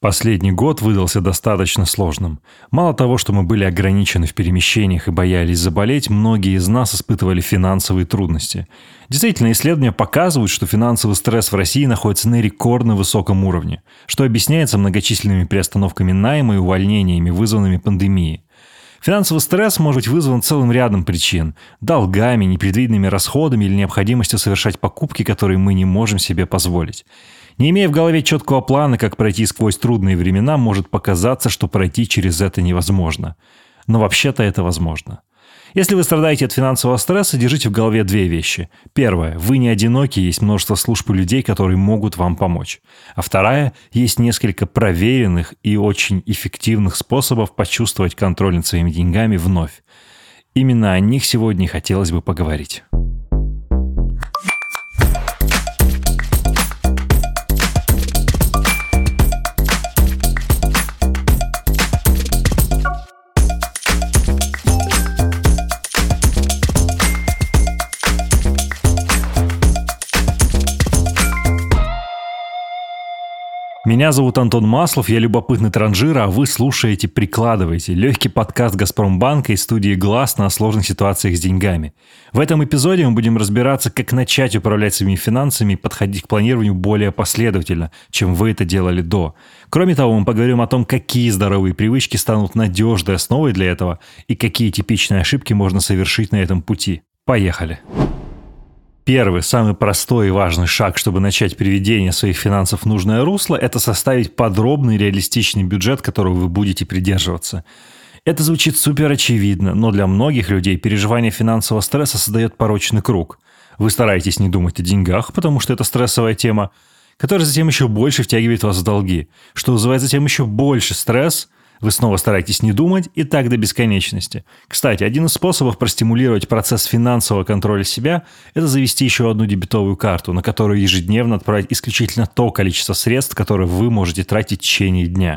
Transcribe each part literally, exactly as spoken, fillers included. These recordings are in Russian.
Последний год выдался достаточно сложным. Мало того, что мы были ограничены в перемещениях и боялись заболеть, многие из нас испытывали финансовые трудности. Действительно, исследования показывают, что финансовый стресс в России находится на рекордно высоком уровне, что объясняется многочисленными приостановками найма и увольнениями, вызванными пандемией. Финансовый стресс может быть вызван целым рядом причин – долгами, непредвиденными расходами или необходимостью совершать покупки, которые мы не можем себе позволить. Не имея в голове четкого плана, как пройти сквозь трудные времена, может показаться, что пройти через это невозможно. Но вообще-то это возможно. Если вы страдаете от финансового стресса, держите в голове две вещи. Первое. Вы не одиноки, есть множество служб и людей, которые могут вам помочь. А вторая. Есть несколько проверенных и очень эффективных способов почувствовать контроль над своими деньгами вновь. Именно о них сегодня хотелось бы поговорить. Меня зовут Антон Маслов, я любопытный транжир, а вы слушаете «Прикладываете» — легкий подкаст «Газпромбанка» из студии «Гласно» о сложных ситуациях с деньгами. В этом эпизоде мы будем разбираться, как начать управлять своими финансами и подходить к планированию более последовательно, чем вы это делали до. Кроме того, мы поговорим о том, какие здоровые привычки станут надежной основой для этого и какие типичные ошибки можно совершить на этом пути. Поехали! Первый, самый простой и важный шаг, чтобы начать приведение своих финансов в нужное русло, это составить подробный и реалистичный бюджет, которого вы будете придерживаться. Это звучит супер очевидно, но для многих людей переживание финансового стресса создает порочный круг. Вы стараетесь не думать о деньгах, потому что это стрессовая тема, которая затем еще больше втягивает вас в долги, что вызывает затем еще больше стресс. Вы снова стараетесь не думать, и так до бесконечности. Кстати, один из способов простимулировать процесс финансового контроля себя – это завести еще одну дебетовую карту, на которую ежедневно отправить исключительно то количество средств, которые вы можете тратить в течение дня.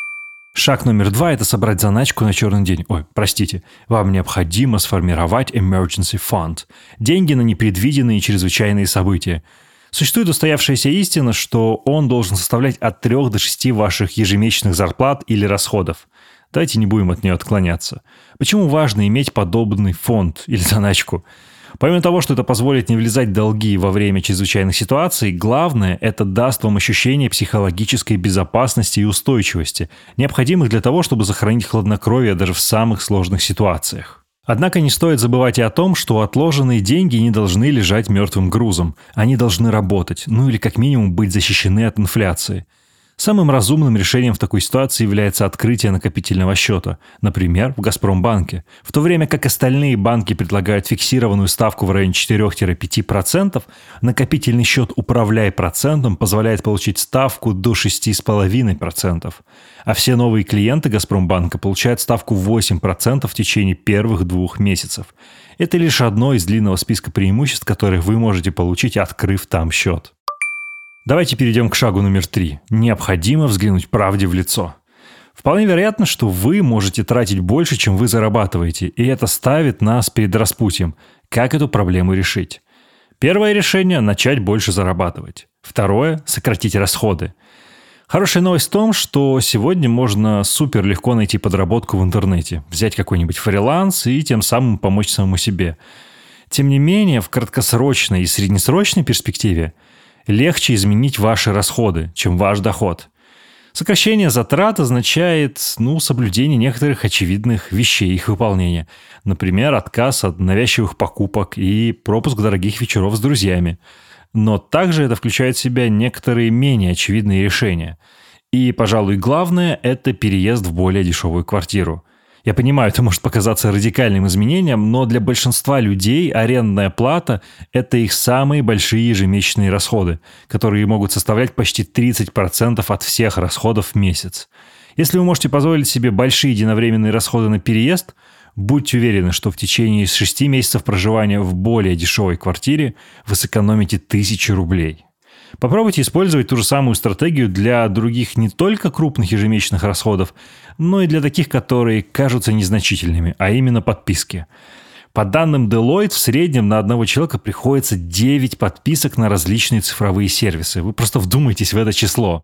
Шаг номер два – это собрать заначку на черный день. Ой, простите, вам необходимо сформировать emergency fund – деньги на непредвиденные и чрезвычайные события. Существует устоявшаяся истина, что он должен составлять от трёх до шести ваших ежемесячных зарплат или расходов. Давайте не будем от нее отклоняться. Почему важно иметь подобный фонд или заначку? Помимо того, что это позволит не влезать в долги во время чрезвычайных ситуаций, главное – это даст вам ощущение психологической безопасности и устойчивости, необходимых для того, чтобы сохранить хладнокровие даже в самых сложных ситуациях. Однако не стоит забывать и о том, что отложенные деньги не должны лежать мертвым грузом. Они должны работать, ну или как минимум быть защищены от инфляции. Самым разумным решением в такой ситуации является открытие накопительного счета, например, в Газпромбанке. В то время как остальные банки предлагают фиксированную ставку в районе четыре-пять процентов, накопительный счет «Управляй процентом» позволяет получить ставку до шесть целых пять десятых процента. А все новые клиенты Газпромбанка получают ставку восемь процентов в течение первых двух месяцев. Это лишь одно из длинного списка преимуществ, которые вы можете получить, открыв там счет. Давайте перейдем к шагу номер три. Необходимо взглянуть правде в лицо. Вполне вероятно, что вы можете тратить больше, чем вы зарабатываете, и это ставит нас перед распутьем. Как эту проблему решить? Первое решение – начать больше зарабатывать. Второе – сократить расходы. Хорошая новость в том, что сегодня можно супер легко найти подработку в интернете, взять какой-нибудь фриланс и тем самым помочь самому себе. Тем не менее, в краткосрочной и среднесрочной перспективе легче изменить ваши расходы, чем ваш доход. Сокращение затрат означает, ну, соблюдение некоторых очевидных вещей их выполнения. Например, отказ от навязчивых покупок и пропуск дорогих вечеров с друзьями. Но также это включает в себя некоторые менее очевидные решения. И, пожалуй, главное – это переезд в более дешевую квартиру. Я понимаю, это может показаться радикальным изменением, но для большинства людей арендная плата – это их самые большие ежемесячные расходы, которые могут составлять почти тридцать процентов от всех расходов в месяц. Если вы можете позволить себе большие единовременные расходы на переезд, будьте уверены, что в течение шести месяцев проживания в более дешевой квартире вы сэкономите тысячи рублей. Попробуйте использовать ту же самую стратегию для других не только крупных ежемесячных расходов, но и для таких, которые кажутся незначительными, а именно подписки. По данным Deloitte, в среднем на одного человека приходится девять подписок на различные цифровые сервисы. Вы просто вдумайтесь в это число.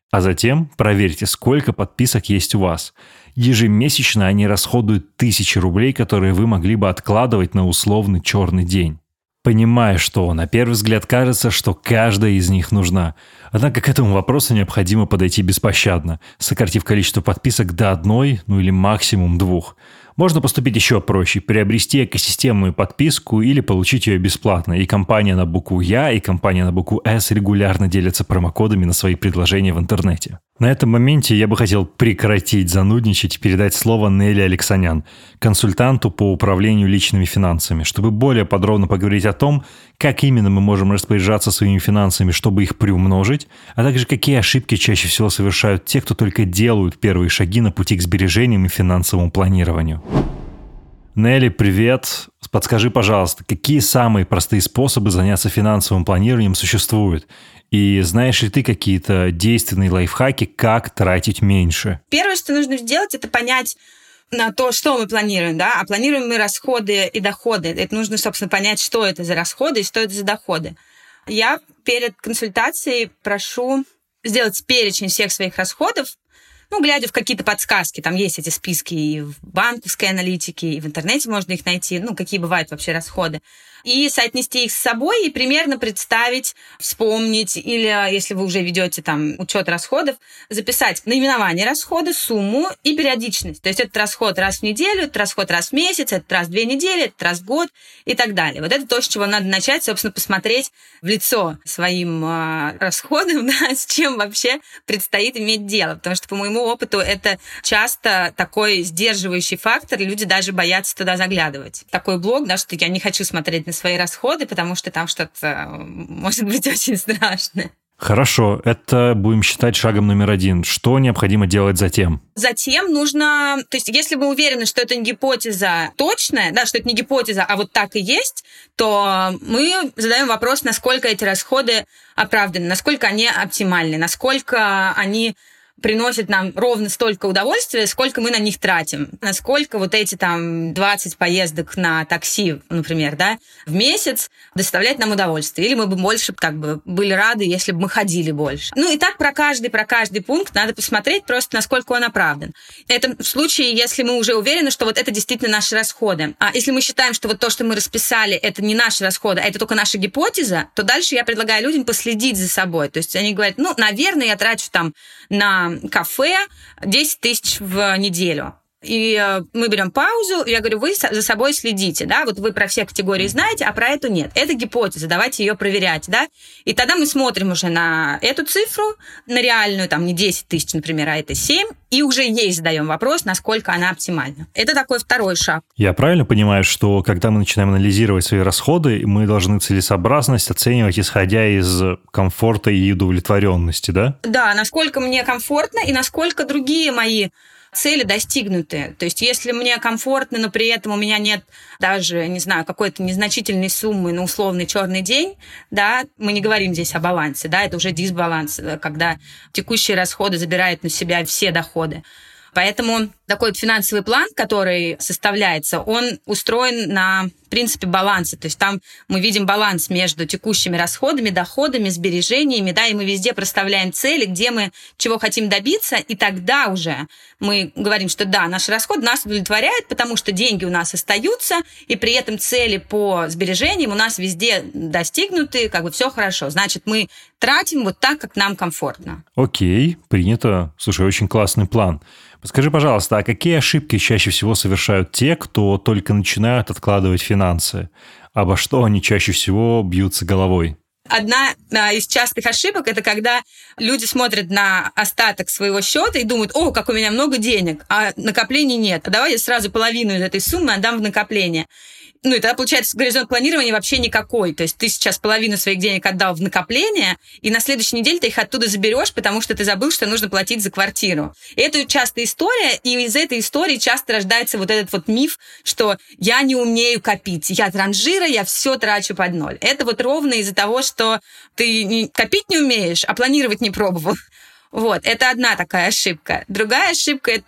А затем проверьте, сколько подписок есть у вас. Ежемесячно они расходуют тысячи рублей, которые вы могли бы откладывать на условный черный день. Понимаю, что на первый взгляд кажется, что каждая из них нужна. Однако к этому вопросу необходимо подойти беспощадно, сократив количество подписок до одной, ну или максимум двух. Можно поступить еще проще, приобрести экосистемную подписку или получить ее бесплатно. И компания на букву Я, и компания на букву С регулярно делятся промокодами на свои предложения в интернете. На этом моменте я бы хотел прекратить занудничать и передать слово Нелли Алексанян, консультанту по управлению личными финансами, чтобы более подробно поговорить о том, как именно мы можем распоряжаться своими финансами, чтобы их приумножить, а также какие ошибки чаще всего совершают те, кто только делают первые шаги на пути к сбережениям и финансовому планированию. Нелли, привет. Подскажи, пожалуйста, какие самые простые способы заняться финансовым планированием существуют? И знаешь ли ты какие-то действенные лайфхаки, как тратить меньше? Первое, что нужно сделать, это понять на то, что мы планируем, да, а планируем мы расходы и доходы. Это нужно, собственно, понять, что это за расходы и что это за доходы. Я перед консультацией прошу сделать перечень всех своих расходов, ну, глядя в какие-то подсказки. Там есть эти списки и в банковской аналитике, и в интернете можно их найти, ну, какие бывают вообще расходы. И соотнести их с собой и примерно представить, вспомнить, или если вы уже ведете там учет расходов, записать наименование расхода, сумму и периодичность. То есть этот расход раз в неделю, этот расход раз в месяц, этот раз в две недели, этот раз в год и так далее. Вот это то, с чего надо начать, собственно, посмотреть в лицо своим э, расходам, да, с чем вообще предстоит иметь дело. Потому что, по моему опыту, это часто такой сдерживающий фактор, и люди даже боятся туда заглядывать. Такой блог, да, что я не хочу смотреть на свои расходы, потому что там что-то может быть очень страшное. Хорошо, это будем считать шагом номер один. Что необходимо делать затем? Затем нужно... То есть если мы уверены, что это не гипотеза точная, да, что это не гипотеза, а вот так и есть, то мы задаем вопрос, насколько эти расходы оправданы, насколько они оптимальны, насколько они приносят нам ровно столько удовольствия, сколько мы на них тратим. Насколько вот эти там двадцать поездок на такси, например, да, в месяц доставляют нам удовольствие. Или мы бы больше как бы были рады, если бы мы ходили больше. Ну и так про каждый, про каждый пункт надо посмотреть просто, насколько он оправдан. Это в случае, если мы уже уверены, что вот это действительно наши расходы. А если мы считаем, что вот то, что мы расписали, это не наши расходы, а это только наша гипотеза, то дальше я предлагаю людям последить за собой. То есть они говорят, ну, наверное, я трачу там на кафе десять тысяч в неделю. И мы берем паузу, я говорю, вы за собой следите, да, вот вы про все категории знаете, а про эту нет. Это гипотеза, давайте ее проверять, да. И тогда мы смотрим уже на эту цифру, на реальную, там, не десять тысяч, например, а это семь, и уже ей задаем вопрос, насколько она оптимальна. Это такой второй шаг. Я правильно понимаю, что когда мы начинаем анализировать свои расходы, мы должны целесообразность оценивать, исходя из комфорта и удовлетворенности, да? Да, насколько мне комфортно и насколько другие мои цели достигнуты. То есть если мне комфортно, но при этом у меня нет даже, не знаю, какой-то незначительной суммы на условный черный день, да, мы не говорим здесь о балансе, да, это уже дисбаланс, когда текущие расходы забирают на себя все доходы. Поэтому такой вот финансовый план, который составляется, он устроен на принципе баланса. То есть там мы видим баланс между текущими расходами, доходами, сбережениями, да, и мы везде проставляем цели, где мы чего хотим добиться, и тогда уже мы говорим, что да, наш расход нас удовлетворяет, потому что деньги у нас остаются, и при этом цели по сбережениям у нас везде достигнуты, как бы все хорошо. Значит, мы тратим вот так, как нам комфортно. Окей, принято. Слушай, очень классный план. Подскажи, пожалуйста, а какие ошибки чаще всего совершают те, кто только начинают откладывать финансы? Обо что они чаще всего бьются головой? Одна из частых ошибок – это когда люди смотрят на остаток своего счета и думают, о, как у меня много денег, а накоплений нет. А давай я сразу половину из этой суммы отдам в накопление. Ну, и тогда, получается, горизонт планирования вообще никакой. То есть ты сейчас половину своих денег отдал в накопление, и на следующей неделе ты их оттуда заберешь, потому что ты забыл, что нужно платить за квартиру. И это частая история, и из этой истории часто рождается вот этот вот миф, что я не умею копить, я транжира, я все трачу под ноль. Это вот ровно из-за того, что ты не, копить не умеешь, а планировать не пробовал. Вот, это одна такая ошибка. Другая ошибка – это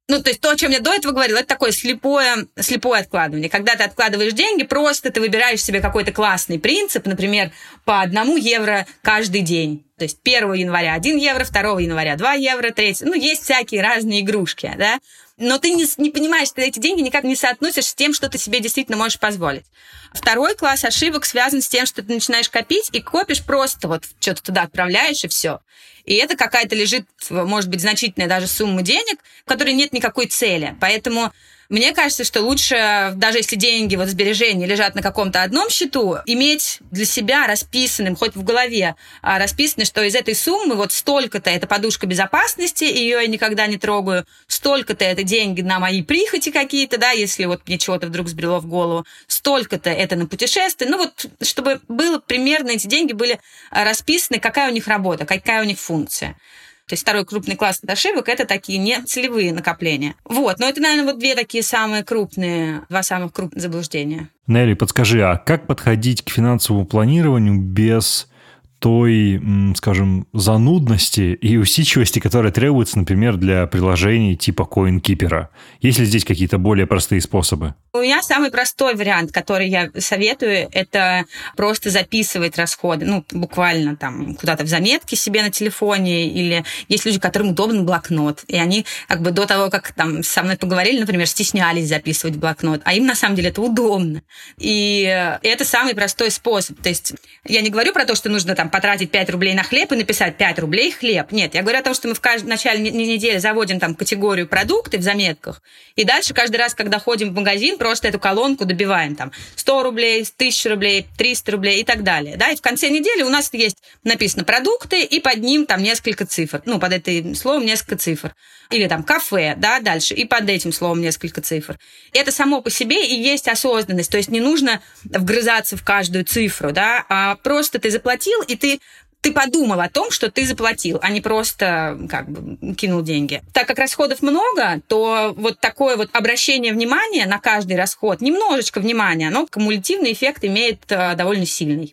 Ну, то есть то, о чем я до этого говорила, это такое слепое, слепое откладывание. Когда ты откладываешь деньги, просто ты выбираешь себе какой-то классный принцип, например, по одному евро каждый день. То есть первого января один евро, второго января два евро, третьего. Ну, есть всякие разные игрушки, да. Но ты не, не понимаешь, ты эти деньги никак не соотносишь с тем, что ты себе действительно можешь позволить. Второй класс ошибок связан с тем, что ты начинаешь копить и копишь просто вот что-то туда отправляешь, и все. И это какая-то лежит, может быть, значительная даже сумма денег, в которой нет никакой цели. Поэтому мне кажется, что лучше, даже если деньги, вот сбережения лежат на каком-то одном счету, иметь для себя расписанным, хоть в голове, расписано, что из этой суммы вот столько-то это подушка безопасности, ее я никогда не трогаю, столько-то это деньги на мои прихоти какие-то, да, если вот мне чего-то вдруг сбрело в голову, столько-то это на путешествия. Ну вот, чтобы было примерно, эти деньги были расписаны, какая у них работа, какая у них функция. То есть второй крупный класс ошибок – это такие нецелевые накопления. Вот, но это, наверное, вот две такие самые крупные, два самых крупных заблуждения. Нелли, подскажи, а как подходить к финансовому планированию без той, скажем, занудности и усидчивости, которая требуется, например, для приложений типа CoinKeeper? Есть ли здесь какие-то более простые способы? У меня самый простой вариант, который я советую, это просто записывать расходы, ну, буквально там куда-то в заметки себе на телефоне, или есть люди, которым удобен блокнот, и они как бы до того, как там со мной поговорили, например, стеснялись записывать в блокнот, а им на самом деле это удобно. И это самый простой способ. То есть я не говорю про то, что нужно там потратить пять рублей на хлеб и написать пять рублей хлеб. Нет, я говорю о том, что мы в каждом начале недели заводим там категорию продукты в заметках, и дальше каждый раз, когда ходим в магазин, просто эту колонку добиваем там сто рублей, тысяча рублей, триста рублей и так далее. Да? И в конце недели у нас есть написано продукты, и под ним там несколько цифр. Ну, под этим словом несколько цифр. Или там кафе, да, дальше, и под этим словом несколько цифр. Это само по себе и есть осознанность. То есть не нужно вгрызаться в каждую цифру, да, а просто ты заплатил, и ты ты подумал о том, что ты заплатил, а не просто как бы кинул деньги. Так как расходов много, то вот такое вот обращение внимания на каждый расход, немножечко внимания, оно кумулятивный эффект имеет довольно сильный.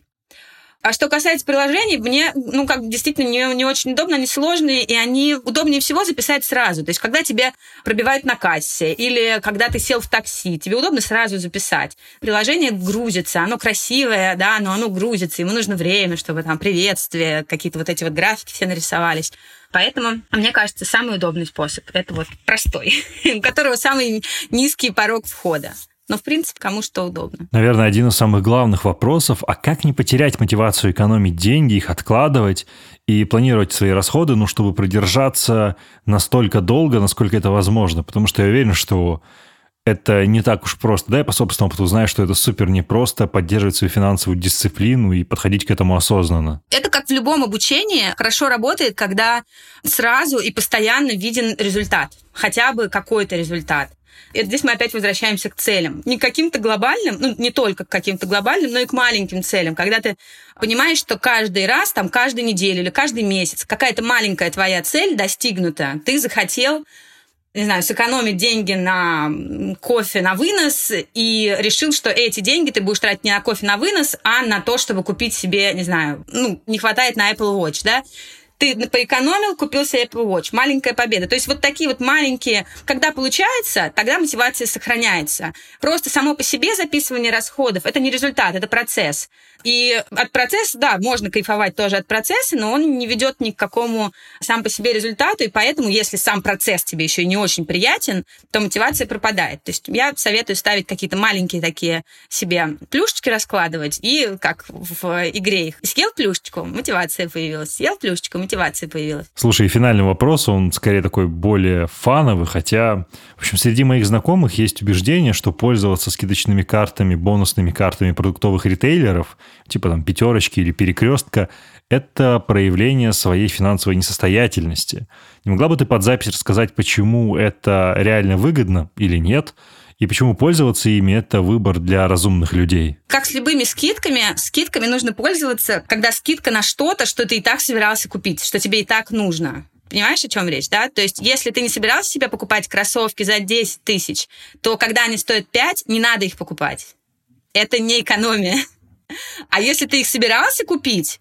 А что касается приложений, мне, ну, как бы действительно не, не очень удобно, они сложные, и они удобнее всего записать сразу. То есть, когда тебя пробивают на кассе, или когда ты сел в такси, тебе удобно сразу записать. Приложение грузится, оно красивое, да, но оно грузится, ему нужно время, чтобы там приветствия, какие-то вот эти вот графики все нарисовались. Поэтому, мне кажется, самый удобный способ – это вот простой, у которого самый низкий порог входа. Но, в принципе, кому что удобно. Наверное, один из самых главных вопросов, а как не потерять мотивацию экономить деньги, их откладывать и планировать свои расходы, ну, чтобы продержаться настолько долго, насколько это возможно. Потому что я уверен, что это не так уж просто. Да, я по собственному опыту знаю, что это супер непросто поддерживать свою финансовую дисциплину и подходить к этому осознанно. Это как в любом обучении хорошо работает, когда сразу и постоянно виден результат. Хотя бы какой-то результат. И здесь мы опять возвращаемся к целям. Не к каким-то глобальным, ну, не только к каким-то глобальным, но и к маленьким целям. Когда ты понимаешь, что каждый раз, там, каждую неделю или каждый месяц какая-то маленькая твоя цель достигнута, ты захотел, не знаю, сэкономить деньги на кофе на вынос и решил, что эти деньги ты будешь тратить не на кофе на вынос, а на то, чтобы купить себе, не знаю, ну, не хватает на Apple Watch, да? Ты поэкономил, купил себе Apple Watch. Маленькая победа. То есть вот такие вот маленькие... Когда получается, тогда мотивация сохраняется. Просто само по себе записывание расходов – это не результат, это процесс. И от процесса, да, можно кайфовать тоже от процесса, но он не ведет ни к какому сам по себе результату, и поэтому, если сам процесс тебе еще и не очень приятен, то мотивация пропадает. То есть я советую ставить какие-то маленькие такие себе плюшечки раскладывать, и как в игре их. Съел плюшечку, мотивация появилась. Съел плюшечку, мотивация появилась. Слушай, и финальный вопрос, он скорее такой более фановый, хотя, в общем, среди моих знакомых есть убеждение, что пользоваться скидочными картами, бонусными картами продуктовых ритейлеров, типа там пятерочки или перекрестка, это проявление своей финансовой несостоятельности. Не могла бы ты под запись рассказать, почему это реально выгодно или нет, и почему пользоваться ими – это выбор для разумных людей? Как с любыми скидками, скидками нужно пользоваться, когда скидка на что-то, что ты и так собирался купить, что тебе и так нужно. Понимаешь, о чем речь, да? То есть, если ты не собирался себе покупать кроссовки за десять тысяч, то когда они стоят пять, не надо их покупать. Это не экономия. А если ты их собирался купить,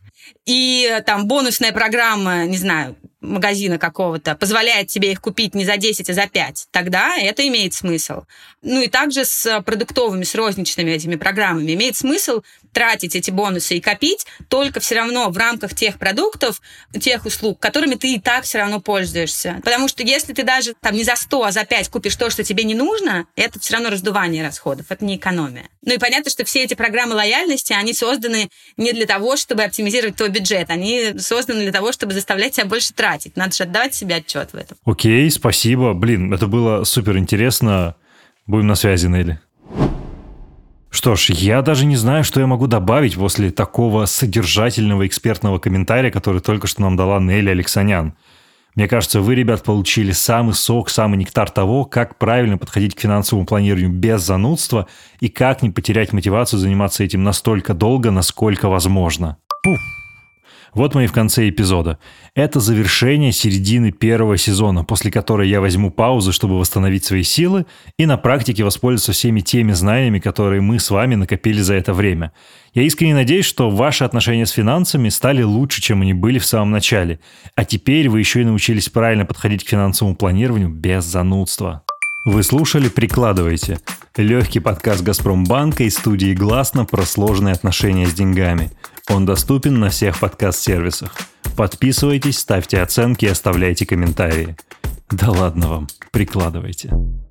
и там бонусная программа, не знаю, магазина какого-то позволяет тебе их купить не за десять, а за пять, тогда это имеет смысл. Ну и также с продуктовыми, с розничными этими программами имеет смысл тратить эти бонусы и копить, только все равно в рамках тех продуктов, тех услуг, которыми ты и так все равно пользуешься. Потому что если ты даже там не за сто, а за пять купишь то, что тебе не нужно, это все равно раздувание расходов, это не экономия. Ну и понятно, что все эти программы лояльности, они созданы не для того, чтобы оптимизировать твой бюджет, они созданы для того, чтобы заставлять тебя больше тратить. Надо же отдавать себе отчет в этом. Окей, спасибо. Блин, это было супер интересно. Будем на связи, Нелли. Что ж, я даже не знаю, что я могу добавить после такого содержательного экспертного комментария, который только что нам дала Нелли Алексанян. Мне кажется, вы, ребят, получили самый сок, самый нектар того, как правильно подходить к финансовому планированию без занудства и как не потерять мотивацию заниматься этим настолько долго, насколько возможно. Пуф. Вот мы и в конце эпизода. Это завершение середины первого сезона, после которой я возьму паузу, чтобы восстановить свои силы и на практике воспользоваться всеми теми знаниями, которые мы с вами накопили за это время. Я искренне надеюсь, что ваши отношения с финансами стали лучше, чем они были в самом начале. А теперь вы еще и научились правильно подходить к финансовому планированию без занудства. Вы слушали «Прикладывайте» – легкий подкаст «Газпромбанка» и студии «Гласно» про сложные отношения с деньгами. Он доступен на всех подкаст-сервисах. Подписывайтесь, ставьте оценки и оставляйте комментарии. Да ладно вам, прикладывайте.